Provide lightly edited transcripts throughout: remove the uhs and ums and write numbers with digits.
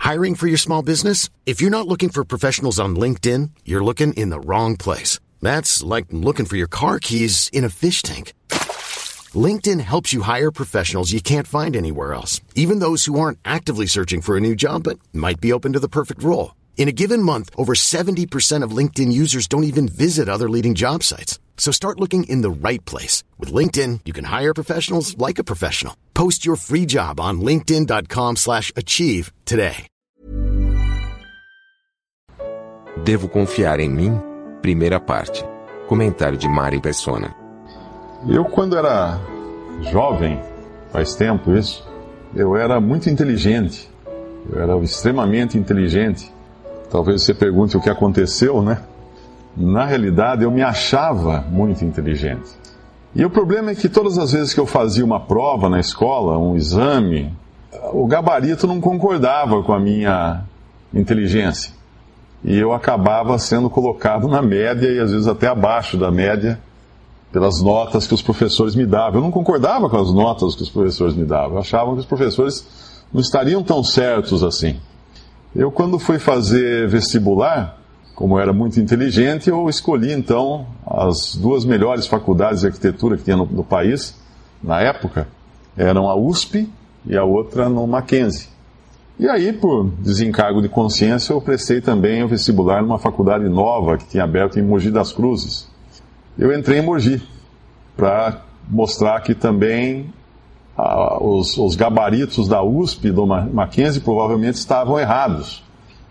Hiring for your small business? If you're not looking for professionals on LinkedIn, you're looking in the wrong place. That's like looking for your car keys in a fish tank. LinkedIn helps you hire professionals you can't find anywhere else, even those who aren't actively searching for a new job but might be open to the perfect role. In a given month, over 70% of LinkedIn users don't even visit other leading job sites. So start looking in the right place. With LinkedIn, you can hire professionals like a professional. Post your free job on linkedin.com/achieve today. Devo confiar em mim? Primeira parte. Comentário de Mari Persona. Eu, quando era jovem, faz tempo isso, eu era muito inteligente. Eu era extremamente inteligente. Talvez você pergunte o que aconteceu, né? Na realidade, eu me achava muito inteligente. E o problema é que todas as vezes que eu fazia uma prova na escola, um exame, o gabarito não concordava com a minha inteligência. E eu acabava sendo colocado na média e às vezes até abaixo da média pelas notas que os professores me davam. Eu não concordava com as notas que os professores me davam. Eu achava que os professores não estariam tão certos assim. Eu, quando fui fazer vestibular, como eu era muito inteligente, eu escolhi então as duas melhores faculdades de arquitetura que tinha no país, na época, eram a USP e a outra no Mackenzie. E aí, por desencargo de consciência, eu prestei também o vestibular numa faculdade nova que tinha aberto em Mogi das Cruzes. Eu entrei em Mogi para mostrar que também os gabaritos da USP e do Mackenzie provavelmente estavam errados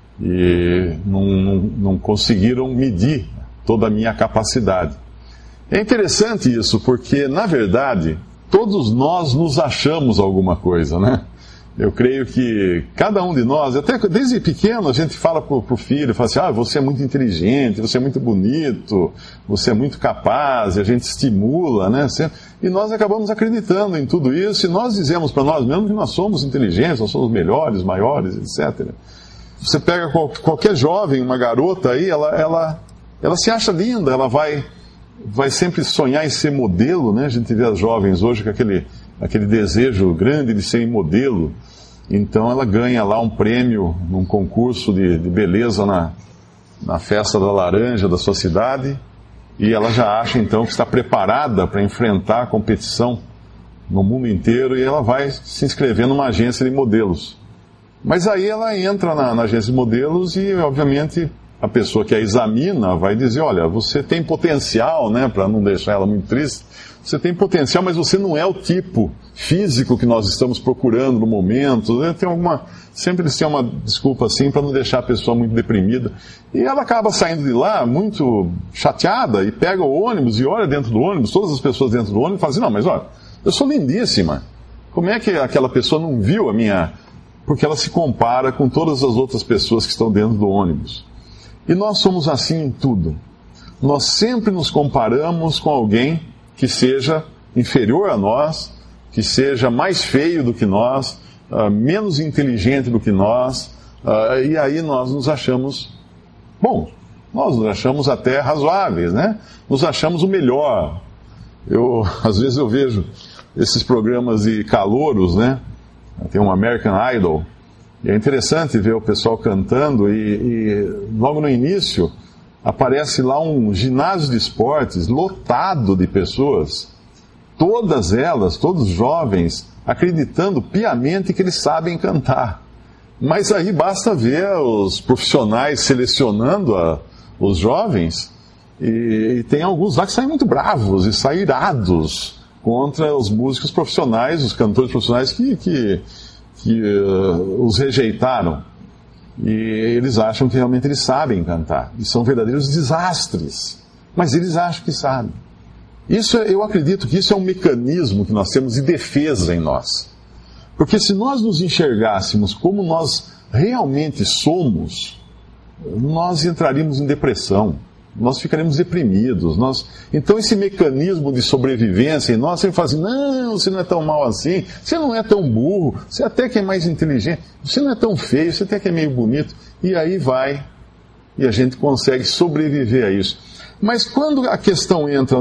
e não conseguiram medir toda a minha capacidade. É interessante isso, porque, na verdade, todos nós nos achamos alguma coisa, né? Eu creio que cada um de nós, até desde pequeno, a gente fala para o filho, fala assim, você é muito inteligente, você é muito bonito, você é muito capaz, e a gente estimula, né? E nós acabamos acreditando em tudo isso, e nós dizemos para nós mesmos que nós somos inteligentes, nós somos melhores, maiores, etc. Você pega qualquer jovem, uma garota aí, ela se acha linda, ela vai sempre sonhar em ser modelo, né? A gente vê as jovens hoje com aquele desejo grande de ser modelo. Então ela ganha lá um prêmio num concurso de beleza na festa da laranja da sua cidade, e ela já acha então que está preparada para enfrentar a competição no mundo inteiro, e ela vai se inscrever numa agência de modelos. Mas aí ela entra na agência de modelos e, obviamente, a pessoa que a examina vai dizer, olha, você tem potencial, né, para não deixar ela muito triste, você tem potencial, mas você não é o tipo físico que nós estamos procurando no momento. Sempre eles têm uma desculpa assim para não deixar a pessoa muito deprimida. E ela acaba saindo de lá muito chateada e pega o ônibus e olha dentro do ônibus, todas as pessoas dentro do ônibus, e fala assim, não, mas olha, eu sou lindíssima. Como é que aquela pessoa não viu a minha... Porque ela se compara com todas as outras pessoas que estão dentro do ônibus. E nós somos assim em tudo. Nós sempre nos comparamos com alguém que seja inferior a nós, que seja mais feio do que nós, menos inteligente do que nós, e aí nós nos achamos, nós nos achamos até razoáveis, né? Nos achamos o melhor. Às vezes eu vejo esses programas de calouros, né? Tem um American Idol, e é interessante ver o pessoal cantando, e logo no início aparece lá um ginásio de esportes lotado de pessoas, todas elas, todos jovens, acreditando piamente que eles sabem cantar. Mas aí basta ver os profissionais selecionando os jovens, e tem alguns lá que saem muito bravos e saem irados contra os músicos profissionais, os cantores profissionais que os rejeitaram. E eles acham que realmente eles sabem cantar. E são verdadeiros desastres. Mas eles acham que sabem. Eu acredito que isso é um mecanismo que nós temos de defesa em nós. Porque se nós nos enxergássemos como nós realmente somos, nós entraríamos em depressão. Nós ficaremos deprimidos. Então esse mecanismo de sobrevivência em nós sempre fala assim, não, você não é tão mal assim, você não é tão burro, você até que é mais inteligente, você não é tão feio, você até que é meio bonito. E aí vai, e a gente consegue sobreviver a isso. Mas quando a questão entra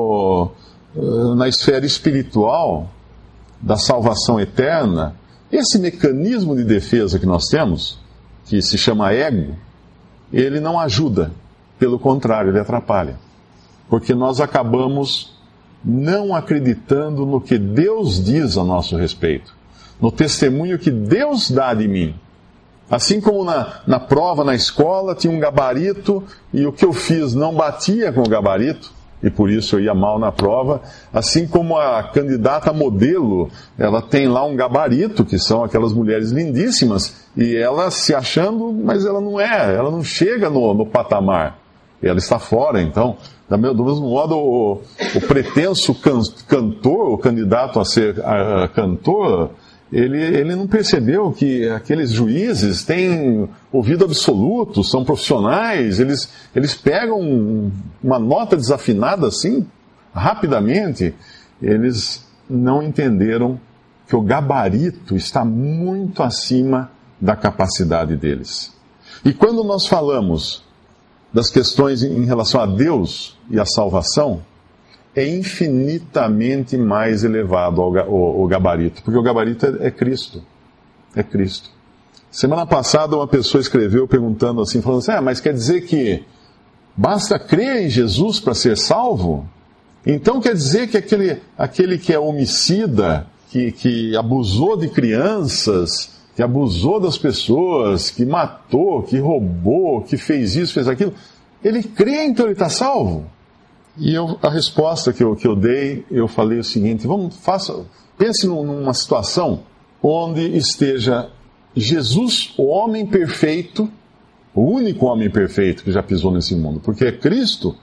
na esfera espiritual, da salvação eterna, esse mecanismo de defesa que nós temos, que se chama ego, ele não ajuda, pelo contrário, ele atrapalha. Porque nós acabamos não acreditando no que Deus diz a nosso respeito, no testemunho que Deus dá de mim. Assim como na prova, na escola, tinha um gabarito e o que eu fiz não batia com o gabarito, e por isso eu ia mal na prova. Assim como a candidata modelo, ela tem lá um gabarito, que são aquelas mulheres lindíssimas, e ela se achando, mas ela não é, ela não chega no patamar. Ela está fora, então. Do mesmo modo, o pretenso cantor, o candidato a ser cantor, ele não percebeu que aqueles juízes têm ouvido absoluto, são profissionais, eles pegam uma nota desafinada assim, rapidamente. Eles não entenderam que o gabarito está muito acima da capacidade deles. E quando nós falamos das questões em relação a Deus e a salvação, é infinitamente mais elevado o gabarito, porque o gabarito é Cristo. É Cristo. Semana passada uma pessoa escreveu perguntando assim, falando assim, mas quer dizer que basta crer em Jesus para ser salvo? Então quer dizer que aquele que é homicida, que abusou de crianças, que abusou das pessoas, que matou, que roubou, que fez isso, fez aquilo, ele crê, então ele está salvo? E a resposta que eu dei, eu falei o seguinte, pense numa situação onde esteja Jesus, o homem perfeito, o único homem perfeito que já pisou nesse mundo, porque Cristo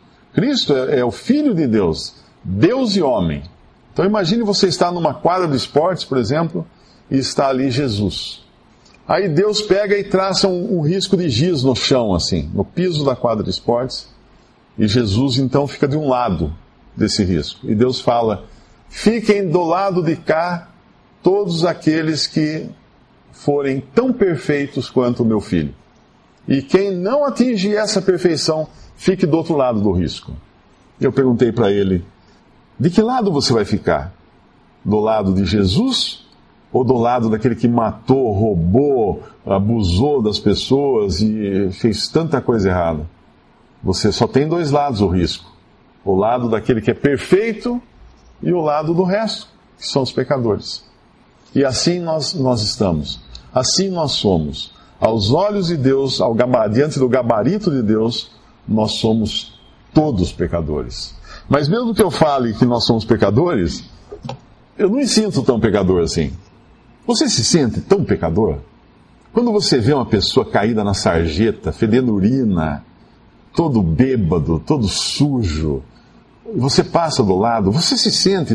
é o Filho de Deus, Deus e homem. Então imagine você estar numa quadra de esportes, por exemplo, e está ali Jesus. Aí Deus pega e traça um risco de giz no chão, assim, no piso da quadra de esportes, e Jesus então fica de um lado desse risco. E Deus fala, fiquem do lado de cá todos aqueles que forem tão perfeitos quanto o meu filho. E quem não atingir essa perfeição, fique do outro lado do risco. Eu perguntei para ele, de que lado você vai ficar? Do lado de Jesus? Ou do lado daquele que matou, roubou, abusou das pessoas e fez tanta coisa errada? Você só tem dois lados o risco. O lado daquele que é perfeito e o lado do resto, que são os pecadores. E assim nós estamos. Assim nós somos. Aos olhos de Deus, diante do gabarito de Deus, nós somos todos pecadores. Mas mesmo que eu fale que nós somos pecadores, eu não me sinto tão pecador assim. Você se sente tão pecador? Quando você vê uma pessoa caída na sarjeta, fedendo urina, todo bêbado, todo sujo, e você passa do lado, você se sente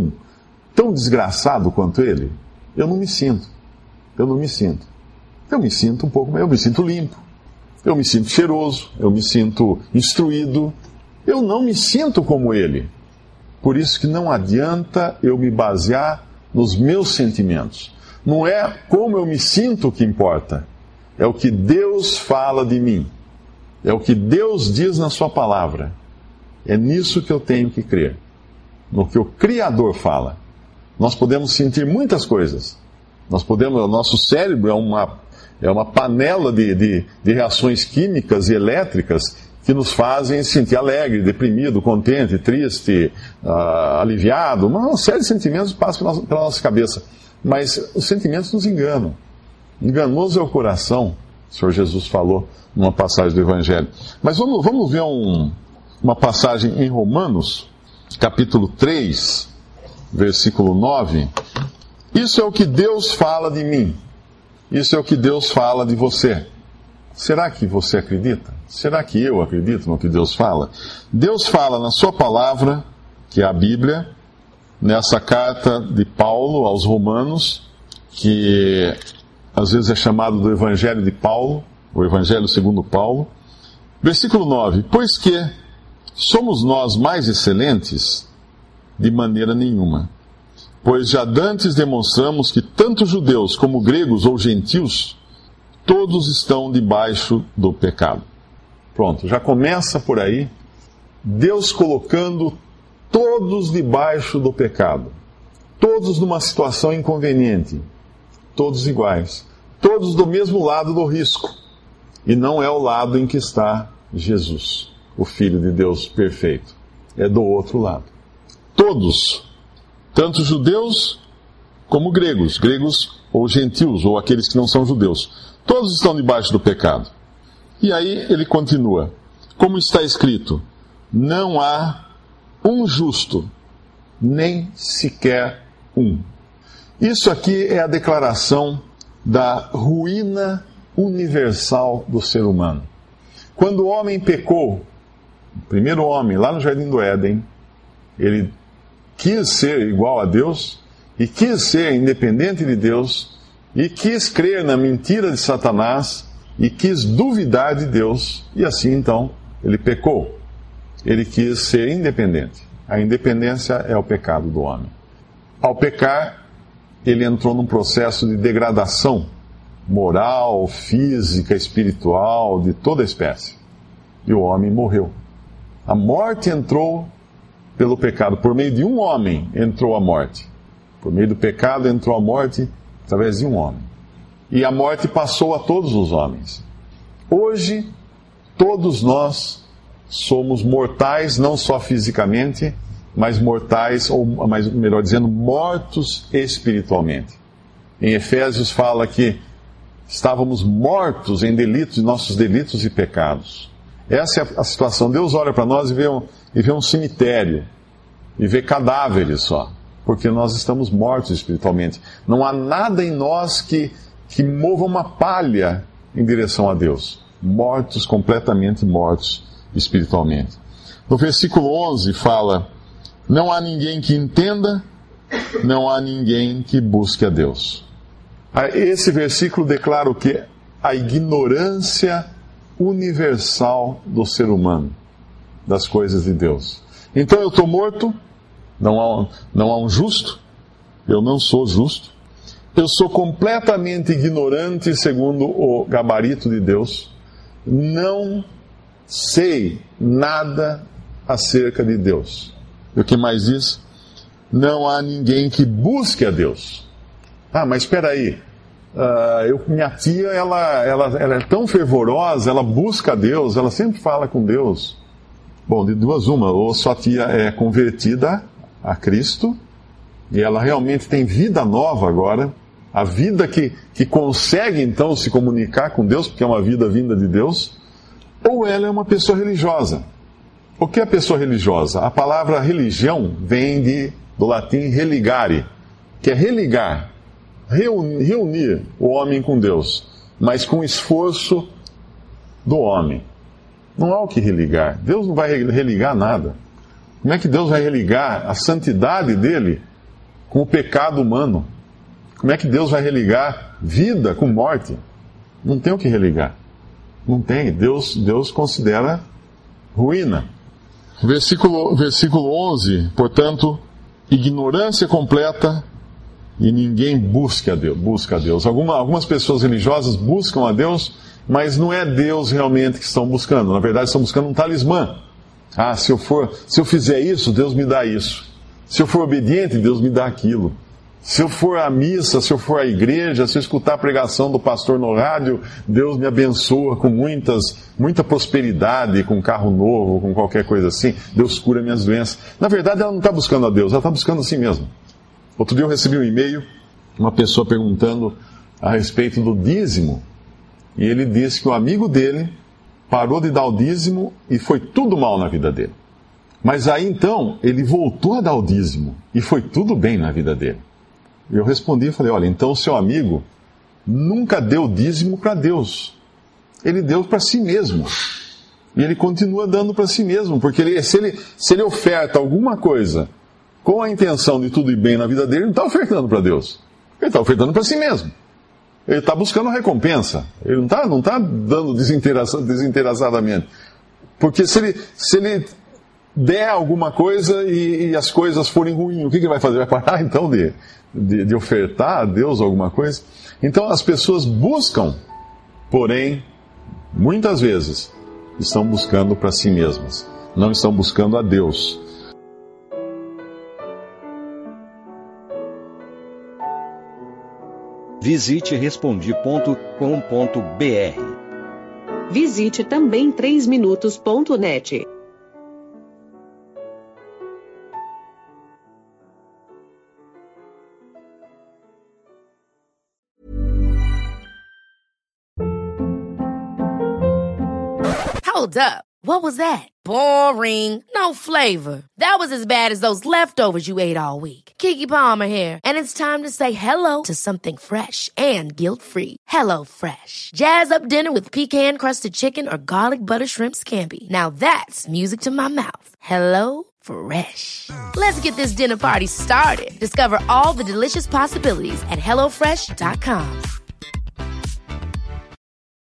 tão desgraçado quanto ele? Eu não me sinto. Eu me sinto um pouco, eu me sinto limpo, eu me sinto cheiroso, eu me sinto instruído, eu não me sinto como ele. Por isso que não adianta eu me basear nos meus sentimentos. Não é como eu me sinto que importa, é o que Deus fala de mim. É o que Deus diz na sua palavra. É nisso que eu tenho que crer. No que o Criador fala. Nós podemos sentir muitas coisas. O nosso cérebro é uma panela de reações químicas e elétricas que nos fazem sentir alegre, deprimido, contente, triste, aliviado. Uma série de sentimentos passam pela nossa cabeça. Mas os sentimentos nos enganam. Enganoso é o coração, o Senhor Jesus falou numa passagem do Evangelho. Mas vamos ver uma passagem em Romanos, capítulo 3, versículo 9. Isso é o que Deus fala de mim. Isso é o que Deus fala de você. Será que você acredita? Será que eu acredito no que Deus fala? Deus fala na sua palavra, que é a Bíblia, nessa carta de Paulo aos Romanos, que às vezes é chamado do Evangelho de Paulo, o Evangelho segundo Paulo. Versículo 9. Pois que somos nós mais excelentes? De maneira nenhuma. Pois já dantes demonstramos que tanto judeus como gregos ou gentios, todos estão debaixo do pecado. Pronto, já começa por aí, Deus colocando todos debaixo do pecado. Todos numa situação inconveniente. Todos iguais. todos do mesmo lado do risco. E não é o lado em que está Jesus, o Filho de Deus perfeito. É do outro lado. Todos, tanto judeus como gregos ou gentios, ou aqueles que não são judeus, todos estão debaixo do pecado. E aí ele continua, como está escrito, não há um justo, nem sequer um. Isso aqui é a declaração da ruína universal do ser humano. Quando o homem pecou, o primeiro homem, lá no Jardim do Éden, ele quis ser igual a Deus, e quis ser independente de Deus, e quis crer na mentira de Satanás, e quis duvidar de Deus, e assim então ele pecou. Ele quis ser independente. A independência é o pecado do homem. Ao pecar, ele entrou num processo de degradação moral, física, espiritual, de toda a espécie. E o homem morreu. A morte entrou pelo pecado. Por meio de um homem entrou a morte. Por meio do pecado entrou a morte através de um homem. E a morte passou a todos os homens. Hoje, todos nós somos mortais, não só fisicamente, mas mortais, ou melhor dizendo, mortos espiritualmente. Em Efésios fala que estávamos mortos em delitos, nossos delitos e pecados. Essa é a situação. Deus olha para nós e vê um cemitério, e vê cadáveres só, porque nós estamos mortos espiritualmente. Não há nada em nós que mova uma palha em direção a Deus. Mortos, completamente mortos espiritualmente. No versículo 11 fala, não há ninguém que entenda, não há ninguém que busque a Deus. Esse versículo declara o quê? A ignorância universal do ser humano, das coisas de Deus. Então eu estou morto, não há um justo, eu não sou justo, eu sou completamente ignorante segundo o gabarito de Deus, não sei nada acerca de Deus. E o que mais diz? Não há ninguém que busque a Deus. Ah, mas espera aí, minha tia, ela é tão fervorosa, ela busca a Deus, ela sempre fala com Deus. Bom, de duas uma, ou sua tia é convertida a Cristo, e ela realmente tem vida nova agora, a vida que consegue então se comunicar com Deus, porque é uma vida vinda de Deus, ou ela é uma pessoa religiosa. O que é pessoa religiosa? A palavra religião vem do latim religare, que é religar, reunir o homem com Deus, mas com esforço do homem. Não há o que religar. Deus não vai religar nada. Como é que Deus vai religar a santidade dele com o pecado humano? Como é que Deus vai religar vida com morte? Não tem o que religar. Não tem. Deus considera ruína. Versículo 11, portanto, ignorância completa e ninguém busca a Deus. Algumas pessoas religiosas buscam a Deus, mas não é Deus realmente que estão buscando. Na verdade, estão buscando um talismã. Ah, se eu fizer isso, Deus me dá isso. Se eu for obediente, Deus me dá aquilo. Se eu for à missa, se eu for à igreja, se eu escutar a pregação do pastor no rádio, Deus me abençoa com muita prosperidade, com carro novo, com qualquer coisa assim. Deus cura minhas doenças. Na verdade, ela não está buscando a Deus, ela está buscando a si mesma. Outro dia eu recebi um e-mail, uma pessoa perguntando a respeito do dízimo. E ele disse que o amigo dele parou de dar o dízimo e foi tudo mal na vida dele. Mas aí então, ele voltou a dar o dízimo e foi tudo bem na vida dele. Eu respondi e falei, olha, então o seu amigo nunca deu dízimo para Deus. Ele deu para si mesmo. E ele continua dando para si mesmo, porque se ele oferta alguma coisa com a intenção de tudo ir bem na vida dele, ele não está ofertando para Deus. Ele está ofertando para si mesmo. Ele está buscando recompensa. Ele não está dando desinteressadamente. Porque se ele der alguma coisa e as coisas forem ruins, o que ele vai fazer? Vai parar então de ofertar a Deus alguma coisa? Então as pessoas buscam, porém, muitas vezes, estão buscando para si mesmas. Não estão buscando a Deus. Visite Respondi.com.br. Visite também 3minutos.net. Hold up. What was that? Boring. No flavor. That was as bad as those leftovers you ate all week. Keke Palmer here, and it's time to say hello to something fresh and guilt-free. Hello Fresh. Jazz up dinner with pecan-crusted chicken or garlic butter shrimp scampi. Now that's music to my mouth. Hello Fresh. Let's get this dinner party started. Discover all the delicious possibilities at HelloFresh.com.